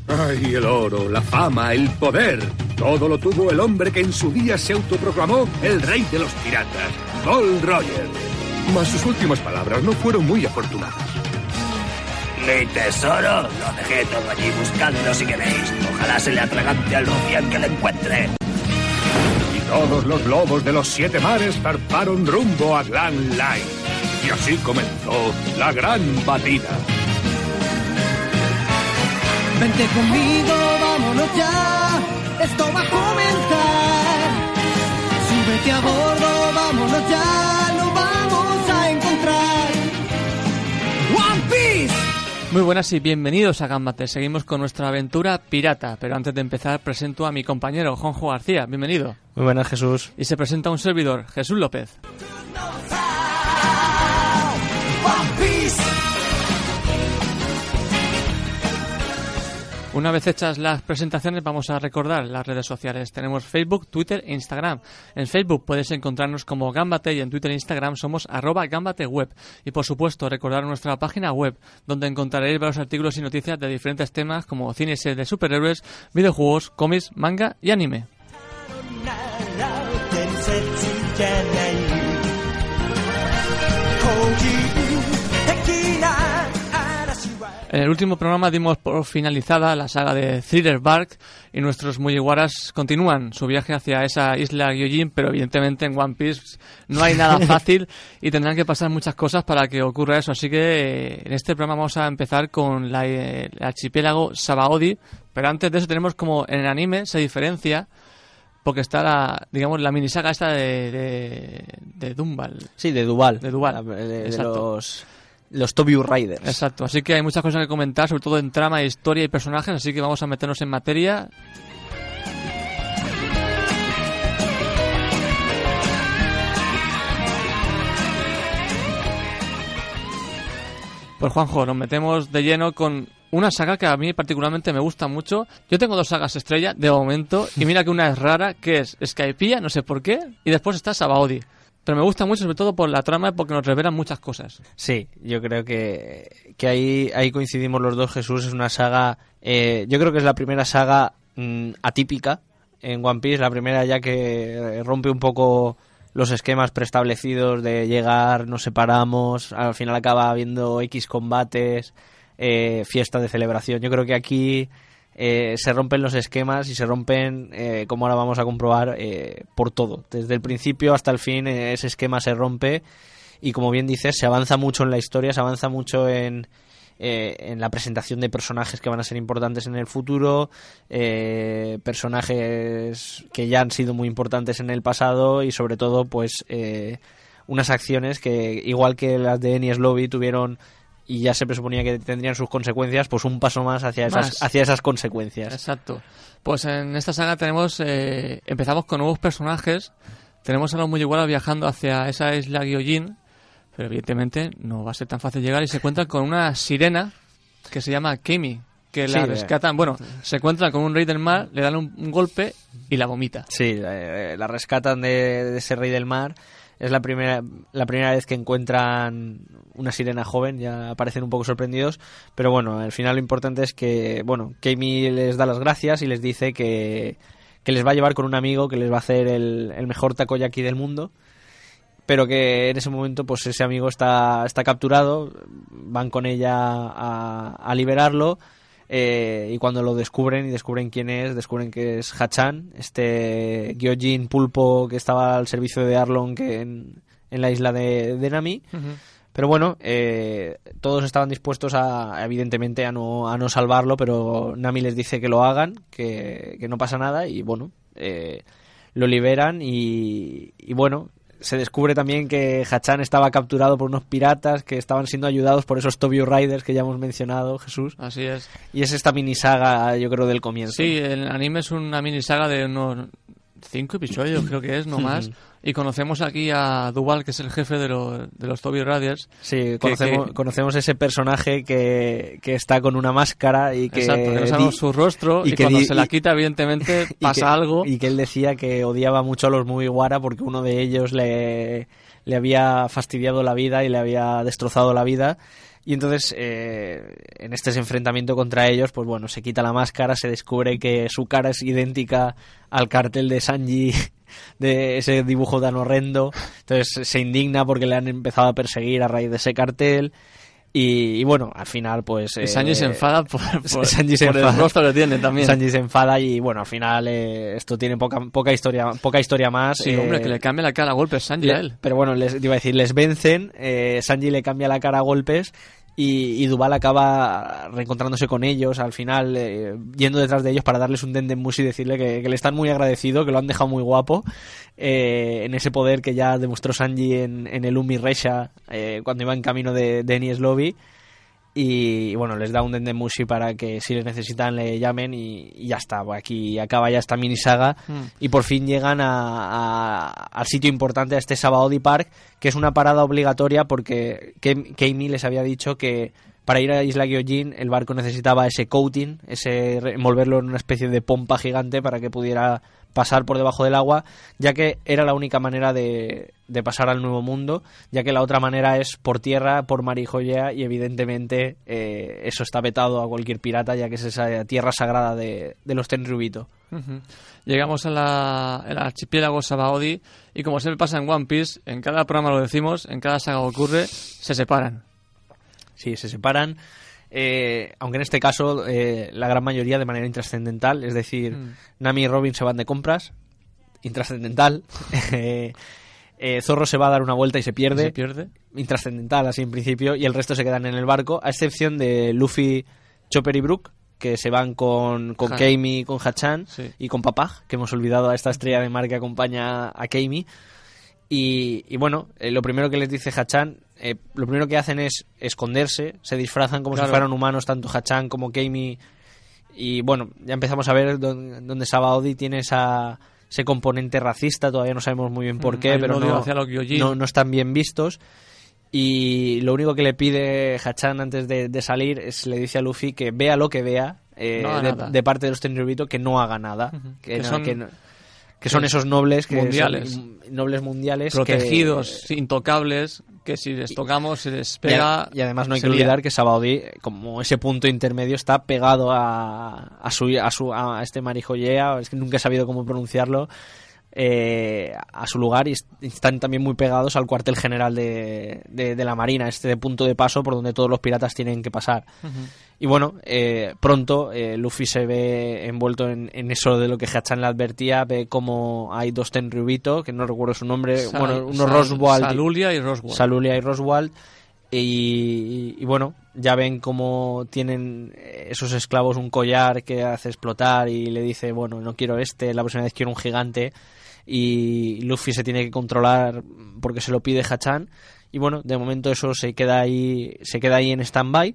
¡Ay, el oro, la fama, el poder! Todo lo tuvo el hombre que en su día se autoproclamó el rey de los piratas, Gold Roger. Mas sus últimas palabras no fueron muy afortunadas. Mi tesoro, lo dejé todo allí buscando si queréis. Ojalá se le atragante al rufián que le encuentre. Y todos los lobos de los 7 mares zarparon rumbo a Glen Line. Y así comenzó la gran batida. Vente conmigo, vámonos ya, esto va a comenzar. Súbete a bordo, vámonos ya, lo vamos a encontrar. One Piece. Muy buenas y bienvenidos a Gambate. Seguimos con nuestra aventura pirata, pero antes de empezar presento a mi compañero Juanjo García. Bienvenido. Muy buenas, Jesús. Y se presenta un servidor, Jesús López. One Piece. Una vez hechas las presentaciones, vamos a recordar las redes sociales. Tenemos Facebook, Twitter e Instagram. En Facebook puedes encontrarnos como Gambate y en Twitter e Instagram somos @GambateWeb. Y por supuesto, recordar nuestra página web, donde encontraréis varios artículos y noticias de diferentes temas como cine y series de superhéroes, videojuegos, cómics, manga y anime. En el último programa dimos por finalizada la saga de Thriller Bark y nuestros Mugiwaras continúan su viaje hacia esa isla Gyojin, pero evidentemente en One Piece no hay nada fácil y tendrán que pasar muchas cosas para que ocurra eso. Así que en este programa vamos a empezar con el archipiélago Sabaody, pero antes de eso tenemos como en el anime se diferencia porque está la minisaga esta de Dumbal. Sí, de Duval. De Duval, de los Tobiu Riders. Exacto, así que hay muchas cosas que comentar, sobre todo en trama, historia y personajes, así que vamos a meternos en materia. Pues Juanjo, nos metemos de lleno con una saga que a mí particularmente me gusta mucho. Yo tengo 2 sagas estrella de momento, y mira que una es rara, que es Skypiea, no sé por qué, y después está Sabaody. Pero me gusta mucho, sobre todo por la trama, porque nos revelan muchas cosas. Sí, yo creo que ahí coincidimos los dos, Jesús. Es una saga, yo creo que es la primera saga atípica en One Piece, la primera ya que rompe un poco los esquemas preestablecidos de llegar, nos separamos, al final acaba habiendo X combates, fiesta de celebración. Yo creo que aquí se rompen los esquemas y se rompen, como ahora vamos a comprobar, por todo. Desde el principio hasta el fin ese esquema se rompe y, como bien dices, se avanza mucho en la historia, se avanza mucho en la presentación de personajes que van a ser importantes en el futuro, personajes que ya han sido muy importantes en el pasado y, sobre todo, pues unas acciones que, igual que las de Enies Lobby, tuvieron y ya se presuponía que tendrían sus consecuencias, pues un paso más hacia esas consecuencias. Exacto. Pues en esta saga empezamos con nuevos personajes. Tenemos a los Mugiwara viajando hacia esa isla Gyojin, pero evidentemente no va a ser tan fácil llegar, y se encuentran con una sirena que se llama Kemi, que la rescatan. Bueno, se encuentran con un rey del mar, le dan un golpe y la vomita. Sí, la rescatan de ese rey del mar. Es la primera vez que encuentran una sirena joven, ya aparecen un poco sorprendidos, pero bueno, al final lo importante es que, bueno, Kemi les da las gracias y les dice que les va a llevar con un amigo que les va a hacer el mejor takoyaki del mundo, pero que en ese momento pues ese amigo está capturado. Van con ella a liberarlo. Y cuando lo descubren quién es, descubren que es Hachan, este Gyojin pulpo que estaba al servicio de Arlong en la isla de Nami. Uh-huh. Pero bueno, todos estaban dispuestos evidentemente a no salvarlo, pero Nami les dice que lo hagan, que no pasa nada, y bueno, lo liberan y bueno, se descubre también que Hachan estaba capturado por unos piratas que estaban siendo ayudados por esos Tobiu Riders que ya hemos mencionado, Jesús. Así es. Y es esta minisaga, yo creo, del comienzo. Sí, el anime es una minisaga de unos 5 episodios, creo que es, no más. Y conocemos aquí a Duval, que es el jefe de los Tobiu Riders. Sí, conocemos ese personaje que está con una máscara y que... Exacto, que no sabemos su rostro y cuando se la quita, evidentemente, pasa algo. Y que él decía que odiaba mucho a los Mugiwara porque uno de ellos le había fastidiado la vida y le había destrozado la vida. Y entonces, en este enfrentamiento contra ellos, pues bueno, se quita la máscara, se descubre que su cara es idéntica al cartel de Sanji, de ese dibujo tan horrendo. Entonces se indigna porque le han empezado a perseguir a raíz de ese cartel. Y bueno, al final pues... Sanji se enfada por Sanji se por enfada. el rostro que tiene también. Sanji se enfada y bueno, al final esto tiene poca historia más. Sí, hombre, que le cambia la cara a golpes Sanji a él. Pero bueno, te iba a decir, les vencen, Sanji le cambia la cara a golpes y Duval acaba reencontrándose con ellos al final, yendo detrás de ellos para darles un dendenmushi y decirle que le están muy agradecidos, que lo han dejado muy guapo en ese poder que ya demostró Sanji en el Umi Resha cuando iba en camino de Enies Lobby. Y bueno, les da un dendenmushi para que si les necesitan le llamen y ya está. Aquí acaba ya esta mini saga y por fin llegan al sitio importante, a este Sabaody Park, que es una parada obligatoria porque Keimi les había dicho que para ir a Isla Gyojin el barco necesitaba ese coating, ese envolverlo en una especie de pompa gigante para que pudiera pasar por debajo del agua, ya que era la única manera de pasar al Nuevo Mundo, ya que la otra manera es por tierra, por mar y joya, y evidentemente eso está vetado a cualquier pirata, ya que es esa tierra sagrada de los Tenryubito. Uh-huh. Llegamos al archipiélago Sabaody y como siempre pasa en One Piece, en cada programa lo decimos, en cada saga ocurre, se separan. Sí, se separan. Aunque en este caso la gran mayoría de manera intrascendental, es decir, Nami y Robin se van de compras, intrascendental. Zorro se va a dar una vuelta y se pierde, intrascendental así en principio, y el resto se quedan en el barco, a excepción de Luffy, Chopper y Brook, que se van con Keimi, con Hachan y con Papaj, que hemos olvidado a esta estrella de mar que acompaña a Keimi. Y bueno, lo primero que les dice Hachan, lo primero que hacen es esconderse, se disfrazan como si fueran humanos, tanto Hachan como Keimi, y bueno, ya empezamos a ver donde Sabaody tiene ese componente racista, todavía no sabemos muy bien por qué, pero no están bien vistos. Y lo único que le pide Hachan antes de salir es, le dice a Luffy que vea lo que vea de parte de los Tenryubito, que no haga nada, que son esos nobles mundiales, nobles mundiales protegidos, intocables, que si les tocamos se les pega. Y además no hay que olvidar que Sabaody, como ese punto intermedio, está pegado a este Marijoyea, es que nunca he sabido cómo pronunciarlo, a su lugar, y están también muy pegados al cuartel general de la Marina, este punto de paso por donde todos los piratas tienen que pasar. Uh-huh. Y bueno, pronto Luffy se ve envuelto en eso de lo que Hachan le advertía, ve como hay dos Tenryubito, que no recuerdo su nombre, uno Roswald, Salulia y Roswald, y bueno, ya ven cómo tienen esos esclavos un collar que hace explotar y le dice, bueno, no quiero la próxima vez quiero un gigante, y Luffy se tiene que controlar porque se lo pide Hachan, y bueno, de momento eso se queda ahí en stand-by.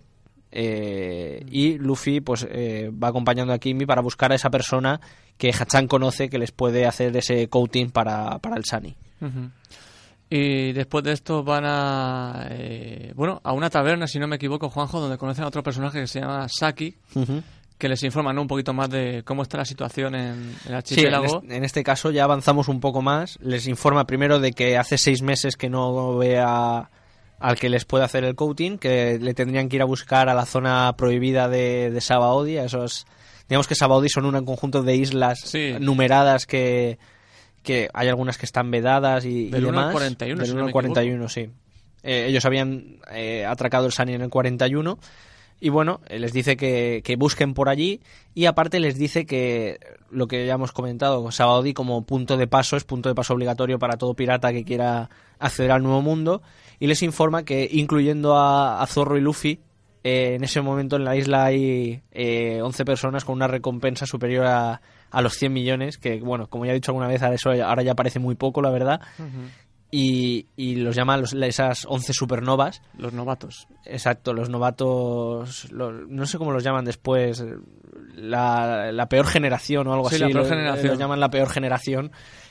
Y Luffy pues va acompañando a Kimi para buscar a esa persona que Hachan conoce que les puede hacer ese coating para el Sunny. Uh-huh. Y después de esto van a una taberna, si no me equivoco, Juanjo, donde conocen a otro personaje que se llama Saki, uh-huh, que les informa, ¿no?, un poquito más de cómo está la situación en el archipiélago. Sí, en este caso ya avanzamos un poco más. Les informa primero de que hace 6 meses que no ve al que les puede hacer el coating, que le tendrían que ir a buscar a la zona prohibida de Sabaody. Digamos que Sabaody son un conjunto de islas numeradas que hay algunas que están vedadas y del demás. 1 al 41, del 1 al 41, sí. Ellos habían atracado el Sunny en el 41 y bueno, les dice que busquen por allí, y aparte les dice que lo que ya hemos comentado, Sabaody como punto de paso, es punto de paso obligatorio para todo pirata que quiera acceder al Nuevo Mundo, y les informa que incluyendo a Zorro y Luffy, en ese momento en la isla hay 11 personas con una recompensa superior a los 100 millones, que bueno, como ya he dicho alguna vez, ahora ya parece muy poco, la verdad. Uh-huh. Y los llaman esas 11 supernovas. Los novatos. Exacto, los novatos, no sé cómo los llaman después, la peor generación o algo así. La peor generación. Los llaman la peor generación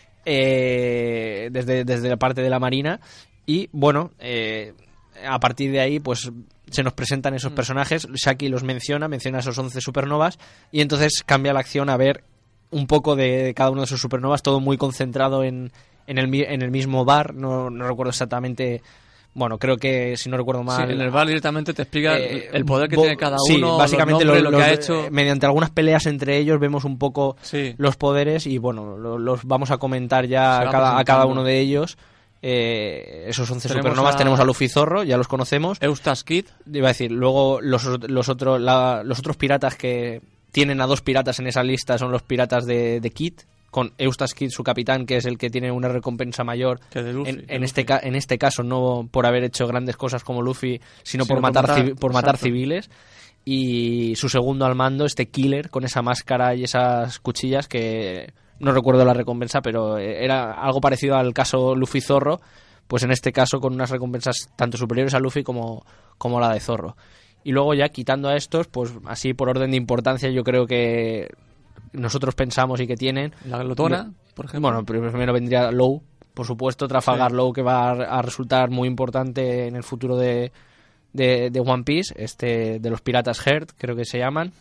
desde la parte de la Marina. Y bueno, a partir de ahí pues se nos presentan esos personajes. Saki los menciona a esos 11 supernovas, y entonces cambia la acción a ver un poco de cada uno de esos supernovas, todo muy concentrado en el mismo bar. No recuerdo exactamente bueno, creo que si no recuerdo mal... Sí, en el bar directamente te explica el poder que tiene cada uno, sí, básicamente lo que ha hecho. Mediante algunas peleas entre ellos vemos un poco sí. los poderes y bueno, los vamos a comentar ya a cada uno de ellos. Esos 11 supernovas tenemos a Luffy Zorro, ya los conocemos. Eustace Kid. Iba a decir, luego los otros piratas que tienen a 2 piratas en esa lista son los piratas de Kid, con Eustace Kid, su capitán, que es el que tiene una recompensa mayor que de Luffy, en este caso, no por haber hecho grandes cosas como Luffy, sino por matar civiles. Y su segundo al mando, Killer, con esa máscara y esas cuchillas, que no recuerdo la recompensa, pero era algo parecido al caso Luffy Zorro, pues en este caso con unas recompensas tanto superiores a Luffy como la de Zorro. Y luego ya quitando a estos, pues así por orden de importancia, yo creo que nosotros pensamos y que tienen... La glotona, por ejemplo. Bueno, primero vendría Law, por supuesto, Trafalgar sí. Law, que va a resultar muy importante en el futuro de One Piece, de los piratas Heart, creo que se llaman.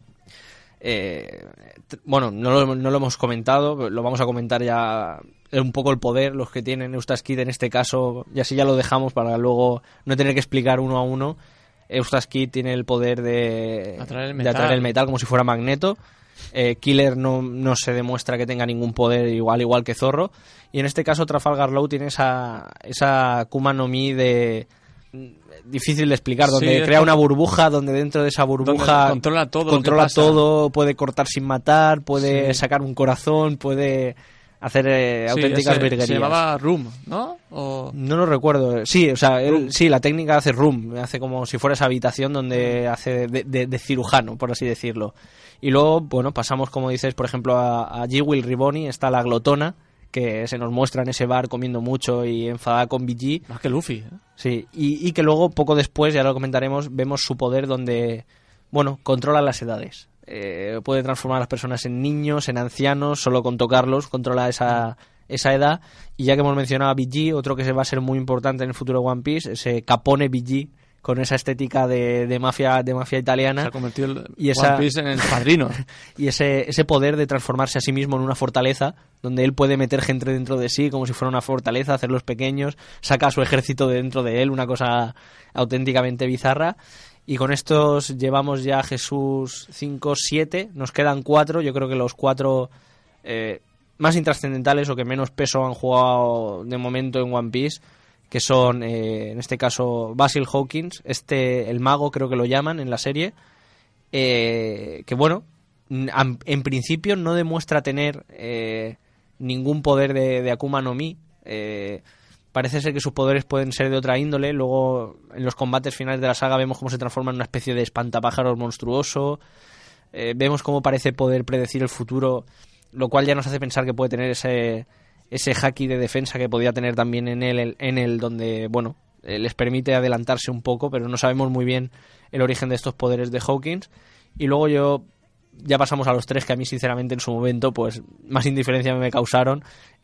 Bueno, no lo hemos comentado, lo vamos a comentar ya un poco el poder, los que tienen Eustace Kid en este caso, y así ya lo dejamos para luego no tener que explicar uno a uno. Eustace Kid tiene el poder de atraer el metal como si fuera Magneto. Killer no se demuestra que tenga ningún poder igual que Zorro, y en este caso Trafalgar Law tiene esa Akuma no Mi difícil de explicar, donde crea una burbuja, donde dentro de esa burbuja controla todo, puede cortar sin matar, puede sacar un corazón, puede hacer auténticas virguerías. Se llamaba Room, ¿no? No lo recuerdo. Sí, o sea, la técnica hace Room, hace como si fuera esa habitación donde hace de cirujano, por así decirlo. Y luego, bueno, pasamos, como dices, por ejemplo, a Jewel Riboni, está la glotona, que se nos muestra en ese bar comiendo mucho y enfadada con BG. Más que Luffy. Sí, y que luego, poco después, ya lo comentaremos, vemos su poder donde, bueno, controla las edades. Puede transformar a las personas en niños, en ancianos, solo con tocarlos, controla esa edad. Y ya que hemos mencionado a BG, otro que se va a ser muy importante en el futuro de One Piece, ese Capone BG, con esa estética de mafia italiana. Se ha convertido One Piece en el padrino. Y ese poder de transformarse a sí mismo en una fortaleza, donde él puede meter gente dentro de sí como si fuera una fortaleza, hacerlos pequeños, saca a su ejército de dentro de él, una cosa auténticamente bizarra. Y con estos llevamos ya a Jesús 5, 7, nos quedan 4, yo creo que los 4 más intrascendentales o que menos peso han jugado de momento en One Piece, que son, en este caso, Basil Hawkins, el mago creo que lo llaman en la serie, que bueno, en principio no demuestra tener ningún poder de Akuma no Mi. Parece ser que sus poderes pueden ser de otra índole. Luego, en los combates finales de la saga, vemos cómo se transforma en una especie de espantapájaros monstruoso. Vemos cómo parece poder predecir el futuro, lo cual ya nos hace pensar que puede tener ese haki de defensa que podía tener también en él, donde, bueno, les permite adelantarse un poco, pero no sabemos muy bien el origen de estos poderes de Hawkins. Y luego ya pasamos a los 3 que a mí, sinceramente, en su momento, pues, más indiferencia me causaron.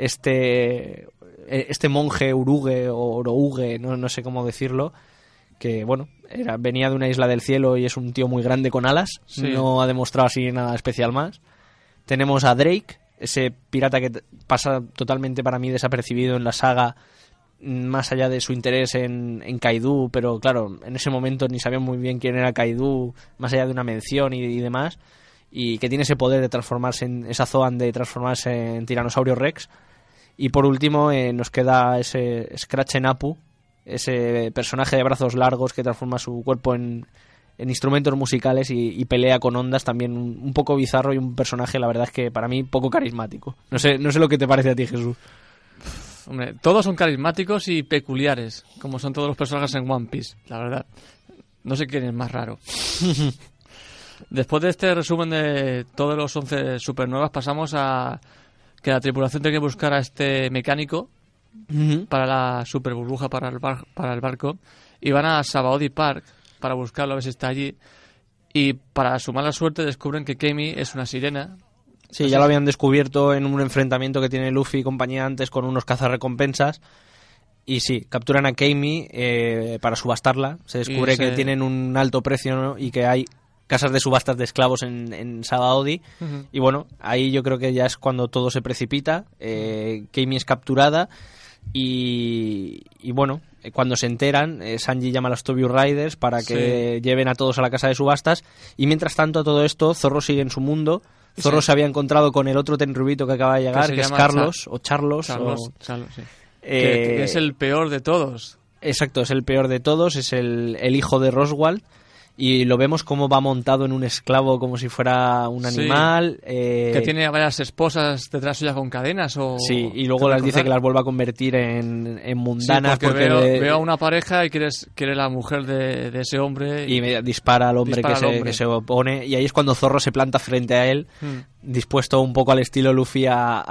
Este monje Uruge o Orouge, no sé cómo decirlo, que, bueno, venía de una isla del cielo y es un tío muy grande con alas, no ha demostrado así nada especial más. Tenemos a Drake, ese pirata que pasa totalmente para mí desapercibido en la saga, más allá de su interés en Kaido, pero claro, en ese momento ni sabíamos muy bien quién era Kaido, más allá de una mención y demás, y que tiene ese poder de transformarse en esa Zoan, de transformarse en Tiranosaurio Rex. Y por último nos queda ese Scratch Apu, ese personaje de brazos largos que transforma su cuerpo en instrumentos musicales y pelea con ondas, también un poco bizarro, y un personaje, la verdad es que para mí poco carismático. No sé lo que te parece a ti, Jesús. Hombre, todos son carismáticos y peculiares, como son todos los personajes en One Piece, la verdad. No sé quién es más raro. Después de este resumen de todos los 11 supernovas, pasamos a que la tripulación tiene que buscar a este mecánico para la super burbuja para el barco, y van a Sabaody Park para buscarlo, a ver si está allí, y para su mala suerte descubren que Kami es una sirena. Sí, ya lo habían descubierto en un enfrentamiento que tiene Luffy y compañía antes con unos cazarrecompensas, y sí, capturan a Kami para subastarla. Se descubre que tienen un alto precio, ¿no? Y que hay casas de subastas de esclavos en Sabaody. Y bueno, ahí yo creo que ya es cuando todo se precipita. Kami es capturada y bueno, cuando se enteran, Sanji llama a los Tobiu Riders para que lleven a todos a la casa de subastas, y mientras tanto todo esto, Zorro sigue en su mundo. Zorro se había encontrado con el otro tenrubito que acaba de llegar, que es Carlos, Charlos, sí. Que es el peor de todos. Exacto, es el peor de todos, es el hijo de Roswell, y lo vemos como va montado en un esclavo como si fuera un animal. Que tiene varias esposas detrás suya con cadenas. Sí, y luego les dice que las vuelva a convertir en mundanas. Sí, porque veo a una pareja y quiere la mujer de ese hombre. Y dispara al hombre que se opone, y ahí es cuando Zorro se planta frente a él, dispuesto un poco al estilo Luffy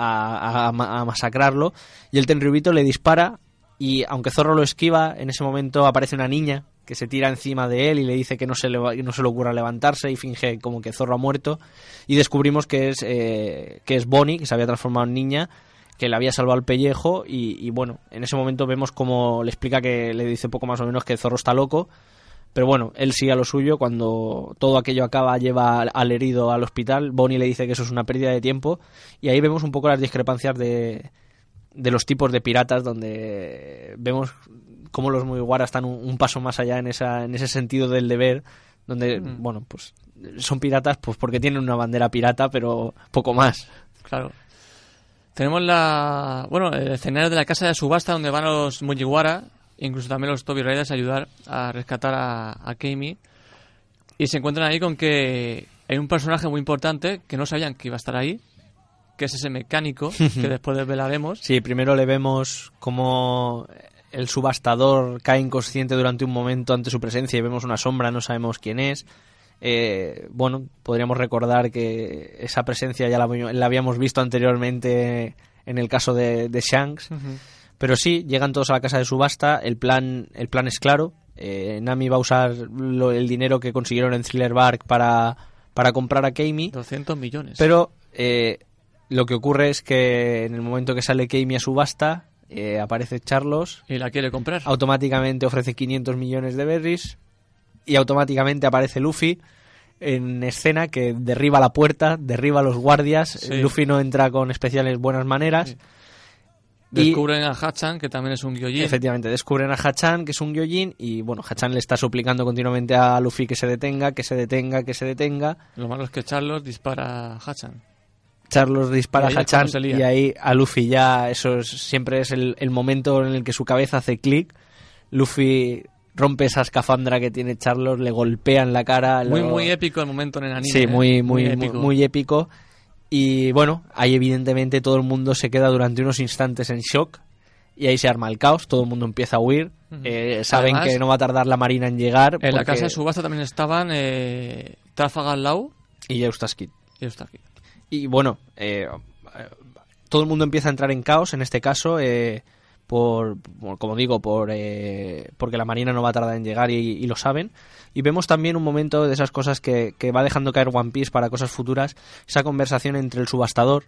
a masacrarlo, y el tenryubito le dispara, y aunque Zorro lo esquiva, en ese momento aparece una niña que se tira encima de él y le dice que no se le ocurra levantarse, y finge como que Zorro ha muerto, y descubrimos que es Bonnie, que se había transformado en niña, que le había salvado el pellejo, y bueno, en ese momento vemos como le explica, que le dice poco más o menos que Zorro está loco, pero bueno, él sigue a lo suyo. Cuando todo aquello acaba, lleva al herido al hospital. Bonnie le dice que eso es una pérdida de tiempo, y ahí vemos un poco las discrepancias de los tipos de piratas, donde vemos cómo los Mugiwara están un paso más allá en ese sentido del deber, donde, bueno, pues son piratas pues porque tienen una bandera pirata, pero poco más. Claro. Tenemos el escenario de la casa de subasta, donde van los Mugiwara, incluso también los Toby Raiders, a ayudar a rescatar a Kami, y se encuentran ahí con que hay un personaje muy importante que no sabían que iba a estar ahí, que es ese mecánico que después desvelaremos. Sí, primero le vemos como el subastador cae inconsciente durante un momento ante su presencia, y vemos una sombra, no sabemos quién es. Bueno, podríamos recordar que esa presencia ya la habíamos visto anteriormente en el caso de Shanks. Pero sí, llegan todos a la casa de subasta. El plan es claro. Nami va a usar el dinero que consiguieron en Thriller Bark para comprar a Kami. 200 millones. Pero lo que ocurre es que en el momento que sale Kami a subasta, aparece Charlos. Y la quiere comprar. Automáticamente ofrece 500 millones de berries. Y automáticamente aparece Luffy en escena, que derriba la puerta, derriba a los guardias. Sí. Luffy no entra con especiales buenas maneras. Sí. Descubren a Hachan, que también es un Gyojin. Efectivamente, descubren a Hachan, que es un Gyojin, y bueno, Hachan le está suplicando continuamente a Luffy que se detenga, que se detenga, que se detenga. Lo malo es que Charlos dispara a Hachan. Charlos dispara a Hachan, y ahí a Luffy ya, siempre es el momento en el que su cabeza hace clic. Luffy rompe esa escafandra que tiene Charlos, le golpea en la cara. Muy épico el momento en el anime. Sí, muy épico. Y bueno, ahí evidentemente todo el mundo se queda durante unos instantes en shock, y ahí se arma el caos, todo el mundo empieza a huir. Saben además, que no va a tardar la marina en llegar. En la casa de subasta también estaban Trafalgar Law y Eustace Kid. Y bueno, todo el mundo empieza a entrar en caos, en este caso, como digo, porque la marina no va a tardar en llegar, y lo saben. Y vemos también un momento de esas cosas que va dejando caer One Piece para cosas futuras, esa conversación entre el subastador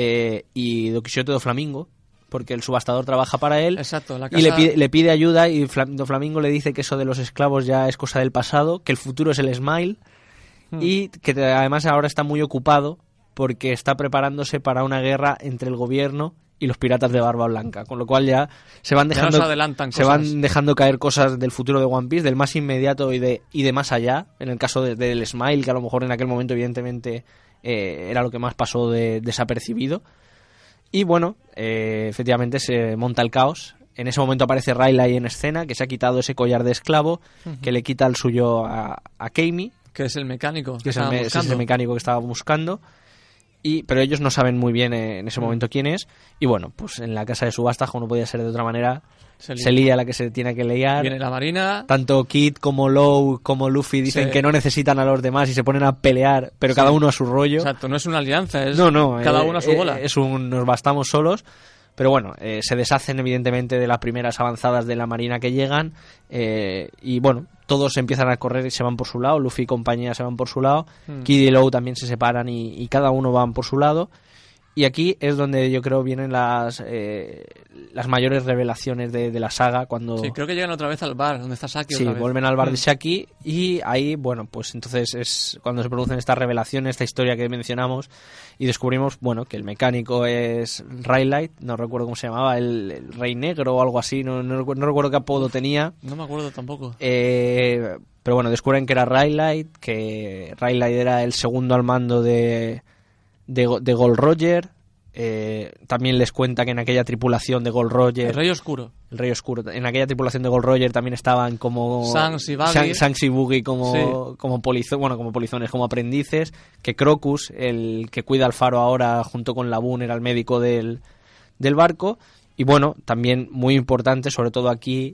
y Don Quijote do Flamingo, porque el subastador trabaja para él. Exacto, la casa... y le pide ayuda, y Do Flamingo le dice que eso de los esclavos ya es cosa del pasado, que el futuro es el Smile, y que además ahora está muy ocupado porque está preparándose para una guerra entre el gobierno y los piratas de Barba Blanca, con lo cual ya se van dejando caer cosas del futuro de One Piece, del más inmediato y de más allá, en el caso del Smile, que a lo mejor en aquel momento evidentemente era lo que más pasó desapercibido. Y bueno, efectivamente se monta el caos. En ese momento aparece Rayleigh en escena, que se ha quitado ese collar de esclavo, que le quita el suyo a Kami, que es el mecánico que es el mecánico que estaba buscando. Pero ellos no saben muy bien en ese momento quién es. Y bueno, pues en la casa de subastas, como no podía ser de otra manera, se lía la que se tiene que liar. Viene la marina. Tanto Kid como Law como Luffy dicen que no necesitan a los demás y se ponen a pelear, pero cada uno a su rollo. Exacto, no es una alianza, es cada uno a su bola. Nos bastamos solos. Pero bueno, se deshacen evidentemente de las primeras avanzadas de la marina que llegan, y bueno, todos empiezan a correr y se van por su lado. Luffy y compañía se van por su lado, Kid y Law también se separan y cada uno van por su lado. Y aquí es donde yo creo vienen las mayores revelaciones de la saga. Cuando Sí, creo que llegan otra vez al bar donde está Saki. Sí, otra vez. vuelven al bar de Saki y ahí, bueno, pues entonces es cuando se producen estas revelaciones, esta historia que mencionamos y descubrimos, bueno, que el mecánico es Raylight, no recuerdo cómo se llamaba, el Rey Negro o algo así, no recuerdo qué apodo tenía. No me acuerdo tampoco. Pero bueno, descubren que era Raylight, que Raylight era el segundo al mando de Gold Roger. También les cuenta que en aquella tripulación de Gold Roger, El Rey Oscuro. en aquella tripulación de Gold Roger también estaban como Shanks y Buggy. Shanks y Buggy como polizones, como aprendices, que Crocus, el que cuida el faro ahora junto con Laboon, era el médico del barco. Y bueno, también muy importante, sobre todo aquí,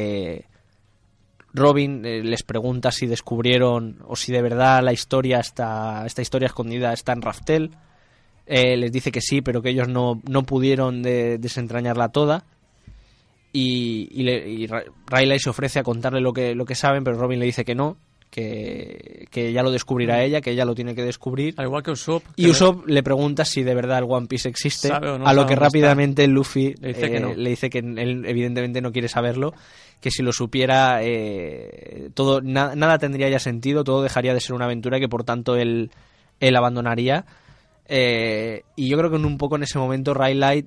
Robin les pregunta si descubrieron o si de verdad esta historia escondida está en Raftel. Les dice que sí, pero que ellos no pudieron desentrañarla toda. Y Rayleigh se ofrece a contarle lo que saben, pero Robin le dice que no, que ya lo descubrirá ella, que ella lo tiene que descubrir. Al igual que Usopp. Y Usopp le pregunta si de verdad el One Piece existe, no a lo que rápidamente Luffy le dice que no. le dice que él evidentemente no quiere saberlo, que si lo supiera nada tendría ya sentido, todo dejaría de ser una aventura y que por tanto él abandonaría. Y yo creo que un poco en ese momento Raylight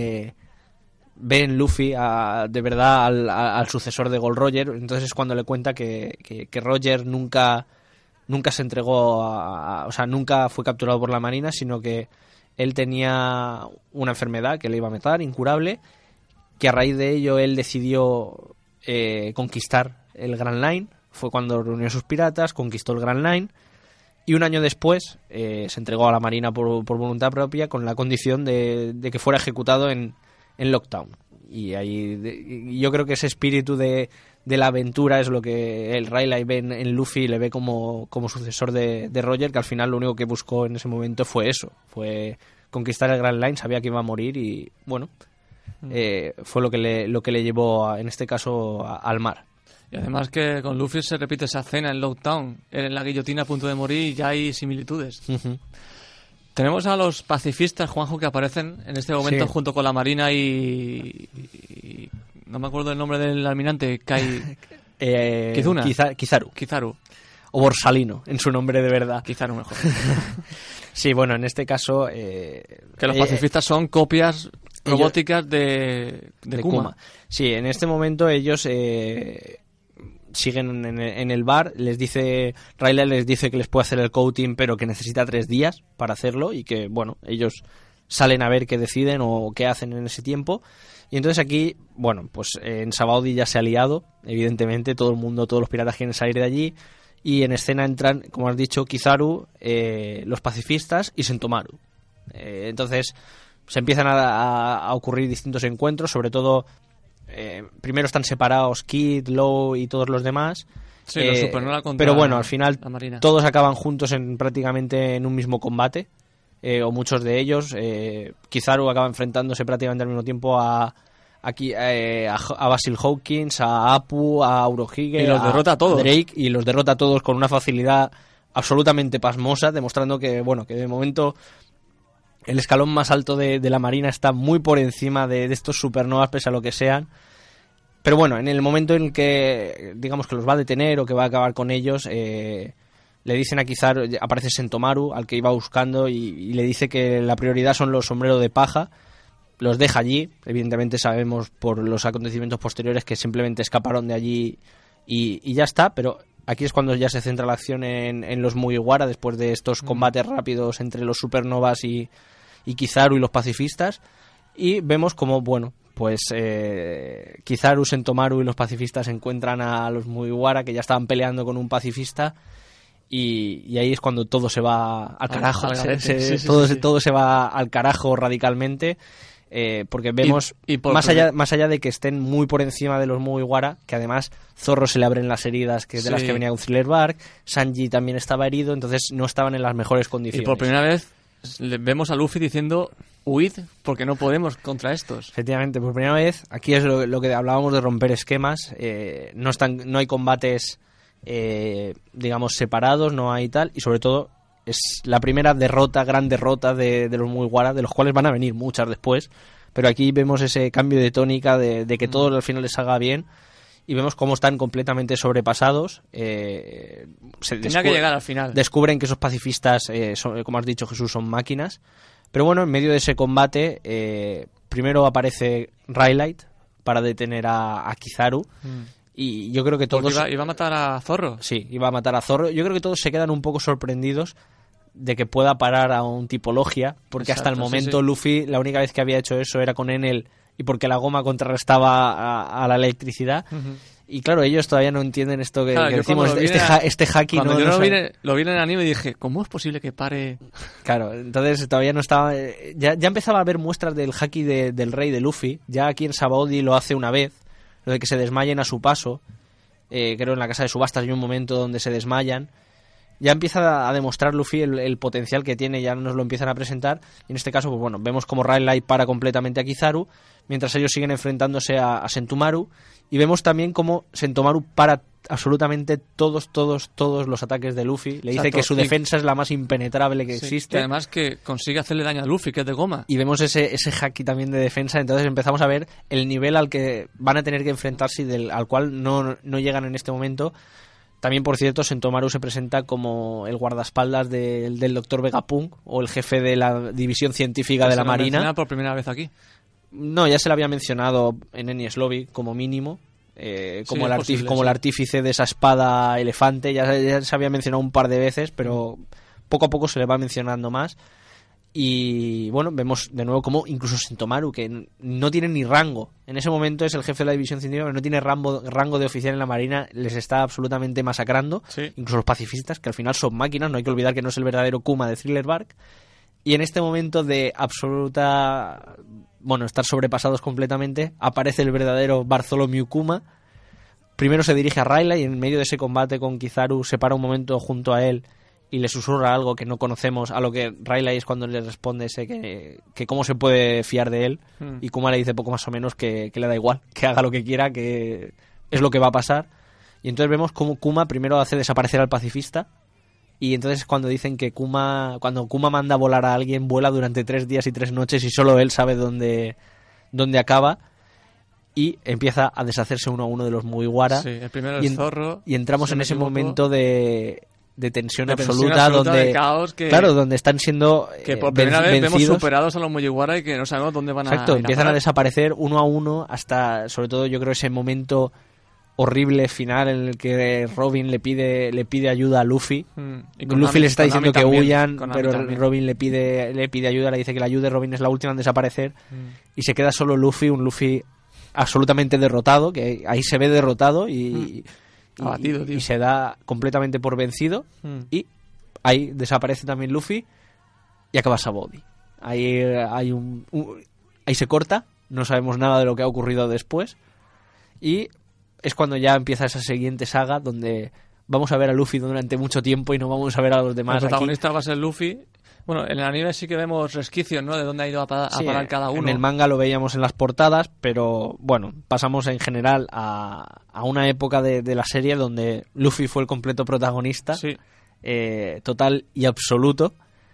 ve en Luffy de verdad al sucesor de Gold Roger. Entonces es cuando le cuenta que Roger nunca se entregó o sea, nunca fue capturado por la marina, sino que él tenía una enfermedad que le iba a matar, incurable, que a raíz de ello él decidió conquistar el Grand Line. Fue cuando reunió a sus piratas, conquistó el Grand Line. Y un año después se entregó a la Marina por voluntad propia, con la condición de que fuera ejecutado en Lockdown. Y ahí yo creo que ese espíritu de la aventura es lo que el Rayleigh ve en Luffy y le ve como sucesor de Roger, que al final lo único que buscó en ese momento fue eso, fue conquistar el Grand Line. Sabía que iba a morir y bueno, fue lo que le llevó en este caso al mar. Y además que con Luffy se repite esa escena en Lockdown, en la guillotina a punto de morir, y ya hay similitudes. Uh-huh. Tenemos a los pacifistas, Juanjo, que aparecen en este momento junto con la Marina y no me acuerdo el nombre del almirante, Kizuna. Kizaru. O Borsalino, en su nombre de verdad. Kizaru mejor. Sí, bueno, en este caso... que los pacifistas son copias robóticas de Kuma. Sí, en este momento ellos... siguen en el bar, Rayleigh les dice que les puede hacer el coating, pero que necesita 3 días para hacerlo y que, bueno, ellos salen a ver qué deciden o qué hacen en ese tiempo. Y entonces aquí, bueno, pues en Sabaody ya se ha liado, evidentemente, todos los piratas quieren salir de allí y en escena entran, como has dicho, Kizaru, los pacifistas y Sentomaru. Entonces se empiezan a ocurrir distintos encuentros, sobre todo... primero están separados Kid, Law y todos los demás. Sí, los Supernova contra pero bueno, al final la Marina. Todos acaban juntos prácticamente en un mismo combate, o muchos de ellos. Kizaru acaba enfrentándose prácticamente al mismo tiempo a Basil Hawkins, a Apu, a Urohige, y los derrota a todos. Drake, y los derrota a todos con una facilidad absolutamente pasmosa, demostrando que de momento el escalón más alto de la Marina está muy por encima de estos supernovas, pese a lo que sean. Pero bueno, en el momento en que digamos que los va a detener o que va a acabar con ellos, le dicen a Kizaru, aparece Sentomaru, al que iba buscando, y le dice que la prioridad son los sombreros de paja. Los deja allí. Evidentemente sabemos por los acontecimientos posteriores que simplemente escaparon de allí y ya está, pero aquí es cuando ya se centra la acción en los Mugiwara, después de estos combates rápidos entre los supernovas y Kizaru y los pacifistas, y vemos como, bueno, pues Kizaru, Sentomaru y los pacifistas encuentran a los Mugiwara, que ya estaban peleando con un pacifista, y ahí es cuando todo se va al carajo. Todo se va al carajo radicalmente, porque vemos, más allá de que estén muy por encima de los Mugiwara, que además Zorro se le abren las heridas de las que venía un Thriller Bark, Sanji también estaba herido, entonces no estaban en las mejores condiciones. Y por primera vez vemos a Luffy diciendo: huid, porque no podemos contra estos. Efectivamente, por primera vez. Aquí es lo que hablábamos de romper esquemas. No hay combates, digamos, separados, no hay tal. Y sobre todo, es la primera gran derrota de los Mugiwara, de los cuales van a venir muchas después, pero aquí vemos ese cambio de tónica de que todo al final les salga bien, y vemos cómo están completamente sobrepasados. Tenía que llegar al final. Descubren que esos pacifistas, como has dicho, Jesús, son máquinas. Pero bueno, en medio de ese combate, primero aparece Raylight para detener a Kizaru. Y yo creo que todos... Iba a matar a Zorro. Sí, iba a matar a Zorro. Yo creo que todos se quedan un poco sorprendidos de que pueda parar a un tipo Logia, porque hasta el momento Luffy, la única vez que había hecho eso era con Enel, y porque la goma contrarrestaba a la electricidad. Y claro, ellos todavía no entienden esto que decimos, este haki. Cuando yo lo vi en el anime y dije, ¿cómo es posible que pare? Claro, entonces todavía no estaba... Ya empezaba a haber muestras del haki del rey de Luffy. Ya aquí en Sabaody lo hace una vez, lo de que se desmayen a su paso. Creo en la casa de subastas hay un momento donde se desmayan. Ya empieza a demostrar Luffy el potencial que tiene, ya nos lo empiezan a presentar. Y en este caso, pues bueno, vemos como Raylight para completamente a Kizaru, mientras ellos siguen enfrentándose a Sentomaru. Y vemos también cómo Sentomaru para absolutamente todos los ataques de Luffy. Le dice que su defensa es la más impenetrable que existe. Y además que consigue hacerle daño a Luffy, que es de goma. Y vemos ese haki también de defensa. Entonces empezamos a ver el nivel al que van a tener que enfrentarse y al cual no llegan en este momento. También, por cierto, Sentomaru se presenta como el guardaespaldas del Dr. Vegapunk, o el jefe de la división científica de la Marina. ¿Se lo por primera vez aquí? No, ya se le había mencionado en Enies Lobby, como mínimo. Como el artífice de esa espada elefante. Ya se había mencionado un par de veces, pero poco a poco se le va mencionando más. Y bueno, vemos de nuevo como incluso Sentomaru, que no tiene ni rango, en ese momento es el jefe de la división científica, pero no tiene rango de oficial en la Marina, les está absolutamente masacrando. Incluso los pacifistas, que al final son máquinas, no hay que olvidar que no es el verdadero Kuma de Thriller Bark. Y en este momento de absoluta... Bueno, estar sobrepasados completamente, aparece el verdadero Bartholomew Kuma. Primero se dirige a Rayleigh y en medio de ese combate con Kizaru se para un momento junto a él y le susurra algo que no conocemos, a lo que Rayleigh es cuando le responde que cómo se puede fiar de él. Y Kuma le dice poco más o menos que le da igual, que haga lo que quiera, que es lo que va a pasar. Y entonces vemos cómo Kuma primero hace desaparecer al pacifista. Y entonces cuando dicen que cuando Kuma manda a volar a alguien, vuela durante 3 días y 3 noches y solo él sabe dónde acaba. Y empieza a deshacerse uno a uno de los Mugiwara. Sí, el primero es Zorro. Y entramos en ese momento de tensión absoluta, donde de caos donde están siendo que por primera vez vemos superados a los Mugiwara y que no sabemos dónde van a ir. Empiezan a desaparecer uno a uno hasta, sobre todo yo creo, ese momento horrible final en el que Robin le pide ayuda a Luffy. Luffy le está diciendo que huyan, pero Robin le pide ayuda, le dice que la ayude. Robin es la última en desaparecer y se queda solo Luffy, un Luffy absolutamente derrotado, que ahí se ve derrotado y abatido, tío. Y se da completamente por vencido. Y ahí desaparece también Luffy y acaba Sabaody. Ahí se corta, no sabemos nada de lo que ha ocurrido después y es cuando ya empieza esa siguiente saga donde vamos a ver a Luffy durante mucho tiempo y no vamos a ver a los demás. El protagonista va a ser Luffy. Bueno, en el anime sí que vemos resquicios, ¿no?, de dónde ha ido a parar cada uno. En el manga lo veíamos en las portadas, pero bueno, pasamos en general a una época de la serie donde Luffy fue el completo protagonista, total y absoluto.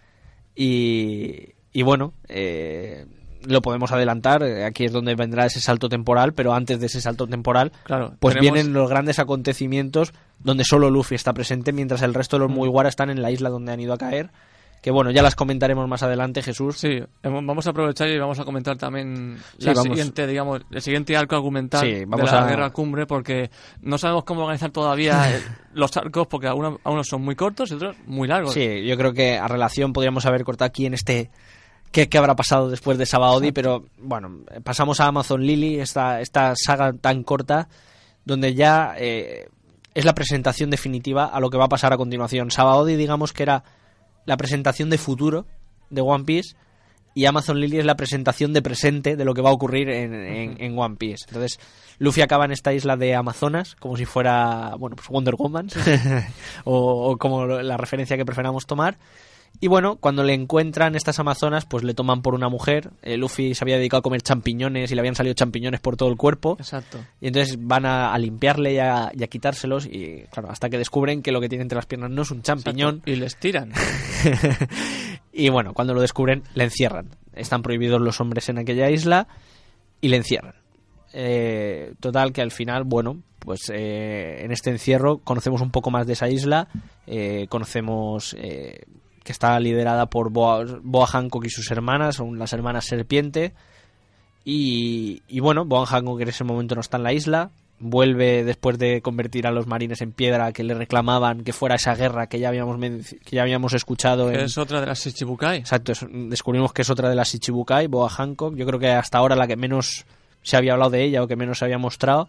Y bueno, lo podemos adelantar, aquí es donde vendrá ese salto temporal, pero antes de ese salto temporal, pues vienen los grandes acontecimientos donde solo Luffy está presente, mientras el resto de los Mugiwara están en la isla donde han ido a caer, que bueno, ya las comentaremos más adelante, Jesús. Sí, vamos a aprovechar y vamos a comentar también el siguiente arco argumental de la Guerra Cumbre, porque no sabemos cómo organizar todavía los arcos, porque algunos son muy cortos y otros muy largos. Sí, yo creo que a relación podríamos haber cortado aquí en este... ¿Qué habrá pasado después de Sabaody? Pero bueno, pasamos a Amazon Lily, esta saga tan corta, donde ya es la presentación definitiva a lo que va a pasar a continuación. Sabaody, digamos que era la presentación de futuro de One Piece, y Amazon Lily es la presentación de presente de lo que va a ocurrir en One Piece. Entonces, Luffy acaba en esta isla de Amazonas, como si fuera, bueno, pues Wonder Woman, o como la referencia que preferamos tomar. Y bueno, cuando le encuentran estas amazonas, pues le toman por una mujer. Luffy se había dedicado a comer champiñones y le habían salido champiñones por todo el cuerpo. Exacto. Y entonces van a limpiarle y a quitárselos. Y claro, hasta que descubren que lo que tiene entre las piernas no es un champiñón. Exacto. Y les tiran. Y bueno, cuando lo descubren, le encierran. Están prohibidos los hombres en aquella isla y le encierran. Total, que al final, bueno, pues en este encierro conocemos un poco más de esa isla. Conocemos... que está liderada por Boa Hancock y sus hermanas, son las hermanas Serpiente. Y bueno, Boa Hancock en ese momento no está en la isla, vuelve después de convertir a los marines en piedra que le reclamaban que fuera esa guerra que ya habíamos escuchado. Es otra de las Shichibukai. Exacto, descubrimos que es otra de las Shichibukai, Boa Hancock. Yo creo que hasta ahora la que menos se había hablado de ella o que menos se había mostrado.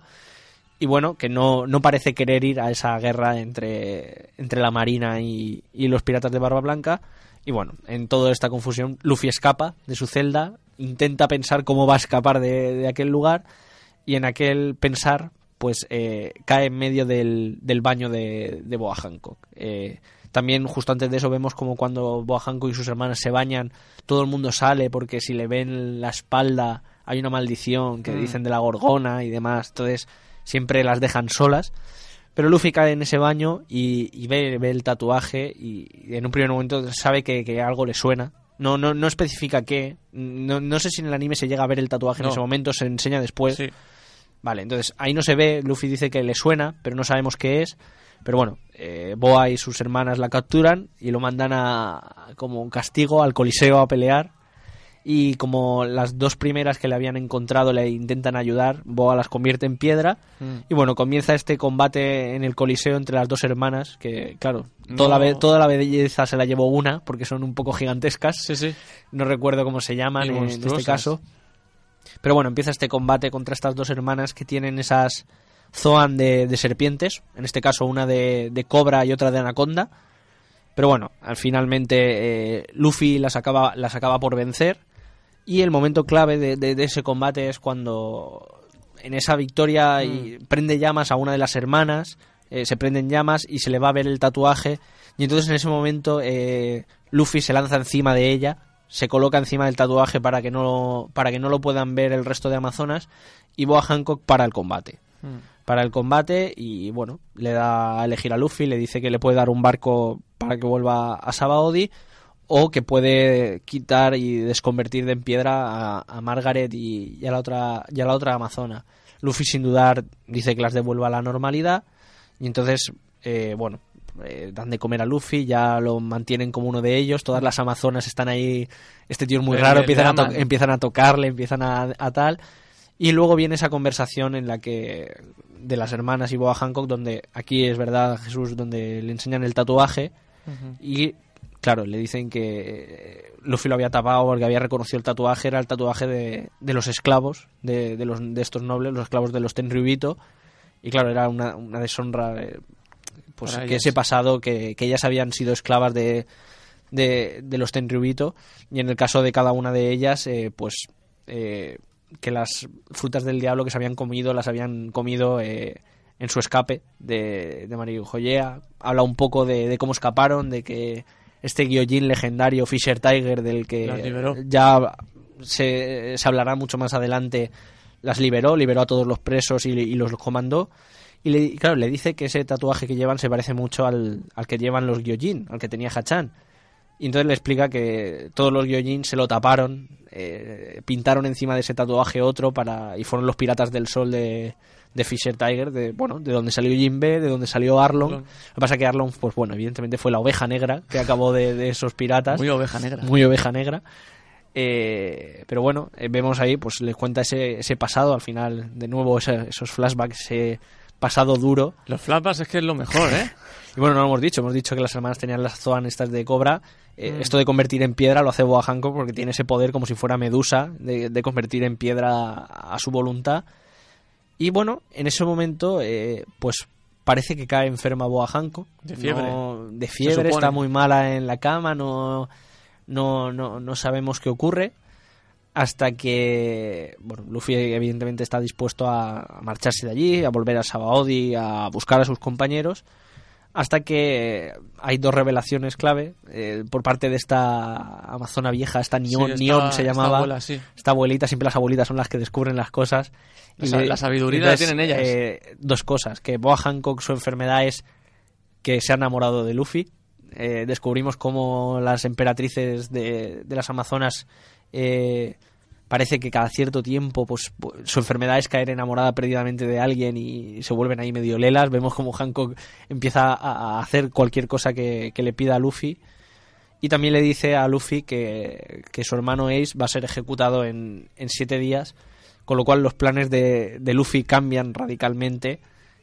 Y bueno, que no parece querer ir a esa guerra entre la marina y los piratas de Barba Blanca. Y bueno, en toda esta confusión, Luffy escapa de su celda, intenta pensar cómo va a escapar de aquel lugar, y en aquel pensar, pues cae en medio del baño de Boa Hancock. También justo antes de eso vemos como cuando Boa Hancock y sus hermanas se bañan, todo el mundo sale porque si le ven la espalda hay una maldición que dicen de la Gorgona y demás. Entonces siempre las dejan solas, pero Luffy cae en ese baño y ve el tatuaje y en un primer momento sabe que algo le suena. No especifica qué. No sé si en el anime se llega a ver el tatuaje en ese momento, se enseña después. Sí. Vale, entonces ahí no se ve. Luffy dice que le suena, pero no sabemos qué es. Pero bueno, Boa y sus hermanas la capturan y lo mandan como un castigo al Coliseo a pelear. Y como las dos primeras que le habían encontrado le intentan ayudar, Boa las convierte en piedra. Y bueno, comienza este combate en el Coliseo entre las dos hermanas, que claro, toda la belleza se la llevó una, porque son un poco gigantescas. Sí. No recuerdo cómo se llaman en este caso. Pero bueno, empieza este combate contra estas dos hermanas que tienen esas Zoan de serpientes, en este caso una de cobra y otra de anaconda. Pero bueno, finalmente Luffy las acaba por vencer. Y el momento clave de ese combate es cuando en esa victoria prende llamas a una de las hermanas, se prenden llamas y se le va a ver el tatuaje. Y entonces en ese momento Luffy se lanza encima de ella, se coloca encima del tatuaje para que no lo puedan ver el resto de amazonas, y Boa Hancock para el combate. Para el combate y bueno, le da a elegir a Luffy, le dice que le puede dar un barco para que vuelva a Sabaody, o que puede quitar y desconvertir en piedra a Margaret y a la otra amazona. Luffy sin dudar dice que las devuelva a la normalidad, y entonces dan de comer a Luffy, ya lo mantienen como uno de ellos. Todas las amazonas están ahí, este tío es muy raro, empiezan a tocarle, empiezan a tal. Y luego viene esa conversación en la que de las hermanas y Boa Hancock, donde aquí es verdad, Jesús, donde le enseñan el tatuaje. Y claro, le dicen que Luffy lo había tapado porque había reconocido el tatuaje, era el tatuaje de los esclavos de estos nobles, los esclavos de los Tenryubito. Y claro, era una deshonra pues que ese pasado, que ellas habían sido esclavas de los Tenryubito, y en el caso de cada una de ellas que las frutas del diablo que se habían comido las habían comido en su escape de Marineford. Habla un poco de cómo escaparon, de que este Gyojin legendario, Fisher Tiger, del que ya se hablará mucho más adelante, las liberó a todos los presos y los comandó. Y claro, le dice que ese tatuaje que llevan se parece mucho al que llevan los Gyojin, al que tenía Hachan. Y entonces le explica que todos los Gyojin se lo taparon, pintaron encima de ese tatuaje otro y fueron los piratas del sol de Fisher Tiger, de donde salió Jinbe, de donde salió Arlong. Lo que pasa es que Arlong, pues bueno, evidentemente fue la oveja negra que acabó de esos piratas. Muy oveja negra. Pero bueno, vemos ahí, pues les cuenta ese pasado, al final, de nuevo esos flashbacks, ese pasado duro. Los flashbacks es que es lo mejor, ¿eh? Y bueno, no lo hemos dicho que las hermanas tenían las Zoan estas de cobra. Esto de convertir en piedra lo hace Boa Hancock porque tiene ese poder como si fuera Medusa, de convertir en piedra a su voluntad. Y bueno, en ese momento, pues parece que cae enferma Boa Hancock. De fiebre. De fiebre, está muy mala en la cama, no sabemos qué ocurre. Hasta que, bueno, Luffy evidentemente está dispuesto a marcharse de allí, a volver a Sabaody, a buscar a sus compañeros. hasta que hay 2 revelaciones clave por parte de esta amazona vieja, esta Neon se llamaba. Abuela, sí. Esta abuelita, siempre las abuelitas son las que descubren las cosas. La sabiduría la tienen ellas. 2 cosas, que Boa Hancock, su enfermedad es que se ha enamorado de Luffy. Descubrimos cómo las emperatrices de las amazonas parece que cada cierto tiempo pues su enfermedad es caer enamorada perdidamente de alguien y se vuelven ahí medio lelas. Vemos como Hancock empieza a hacer cualquier cosa que le pida a Luffy, y también le dice a Luffy que su hermano Ace va a ser ejecutado en 7 días, con lo cual los planes de Luffy cambian radicalmente.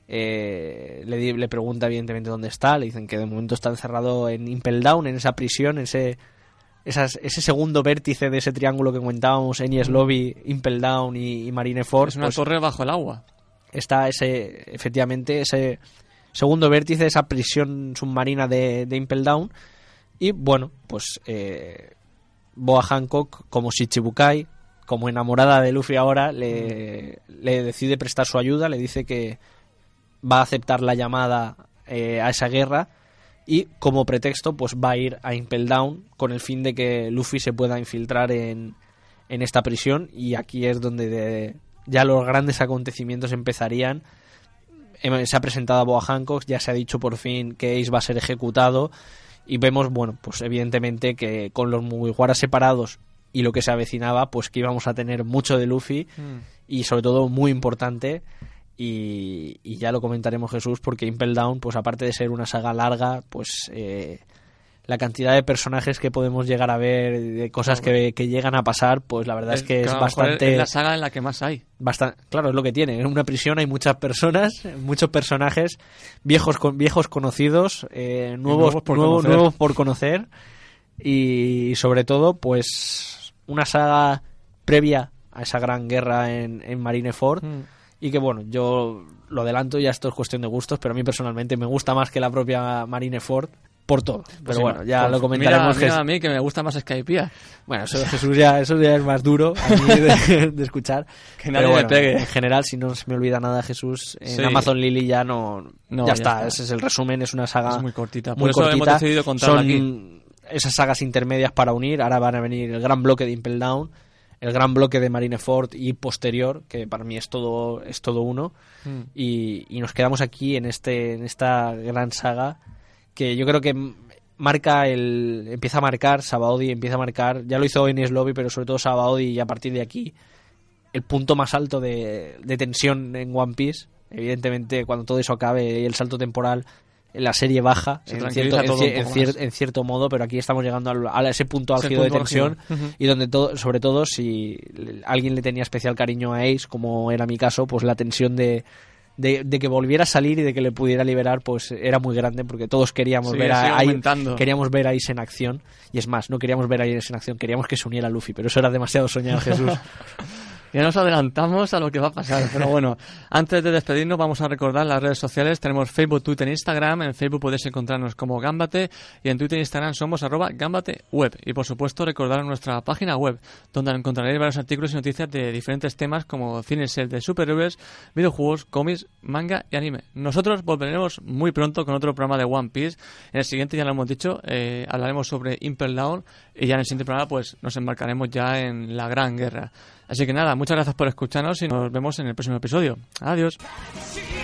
Le pregunta evidentemente dónde está, le dicen que de momento está encerrado en Impel Down, en esa prisión, ese segundo vértice de ese triángulo que comentábamos, Enies Lobby, Impel Down y Marineford. Es una torre bajo el agua. Está efectivamente ese segundo vértice, esa prisión submarina de Impel Down. Y bueno, pues Boa Hancock, como Shichibukai, como enamorada de Luffy ahora, le decide prestar su ayuda, le dice que va a aceptar la llamada a esa guerra, y como pretexto pues va a ir a Impel Down con el fin de que Luffy se pueda infiltrar en esta prisión, y aquí es donde ya los grandes acontecimientos empezarían. Se ha presentado a Boa Hancock, ya se ha dicho por fin que Ace va a ser ejecutado, y vemos, bueno, pues evidentemente que con los Mugiwaras separados y lo que se avecinaba, pues que íbamos a tener mucho de Luffy, y sobre todo muy importante. Y ya lo comentaremos, Jesús, porque Impel Down, pues aparte de ser una saga larga, pues la cantidad de personajes que podemos llegar a ver, de cosas que llegan a pasar, pues la verdad es que es bastante... Es la saga en la que más hay. Claro, es lo que tiene. En una prisión hay muchas personas, muchos personajes, viejos conocidos, nuevos por conocer, y sobre todo, pues una saga previa a esa gran guerra en Marineford. Y que bueno, yo lo adelanto, ya esto es cuestión de gustos, pero a mí personalmente me gusta más que la propia Marineford por todo. Pero pues bueno, ya lo comentaremos. Mira a mí que me gusta más Skypiea. Bueno, eso Jesús ya es más duro a mí de escuchar. Que nadie me pegue. En general, si no se me olvida nada, Jesús, en Amazon Lily ya ya está. Ese es el resumen, es una saga es muy cortita. Por eso cortita. hemos decidido contarla aquí. Esas sagas intermedias para unir. Ahora van a venir el gran bloque de Impel Down, el gran bloque de Marineford y posterior, que para mí es todo uno, y nos quedamos aquí en esta gran saga que yo creo que empieza a marcar Sabaody, ya lo hizo Enies Lobby, pero sobre todo Sabaody, y a partir de aquí el punto más alto de tensión en One Piece. Evidentemente, cuando todo eso acabe y el salto temporal, la serie baja en cierto modo, pero aquí estamos llegando a ese punto álgido de tensión, y donde sobre todo si alguien le tenía especial cariño a Ace, como era mi caso, pues la tensión de que volviera a salir y de que le pudiera liberar, pues era muy grande, porque todos queríamos ver a Ace en acción, y es más, no queríamos ver a Ace en acción, queríamos que se uniera a Luffy, pero eso era demasiado soñar, Jesús. Ya nos adelantamos a lo que va a pasar, pero bueno, antes de despedirnos vamos a recordar las redes sociales. Tenemos Facebook, Twitter e Instagram. En Facebook podéis encontrarnos como Gambate, y en Twitter e Instagram somos @GambateWeb. Y por supuesto recordar nuestra página web, donde encontraréis varios artículos y noticias de diferentes temas como cine de superhéroes, videojuegos, cómics, manga y anime. Nosotros volveremos muy pronto con otro programa de One Piece. En el siguiente, ya lo hemos dicho, hablaremos sobre Impel Down, y ya en el siguiente programa pues nos embarcaremos ya en la gran guerra. Así que nada, muchas gracias por escucharnos y nos vemos en el próximo episodio. Adiós.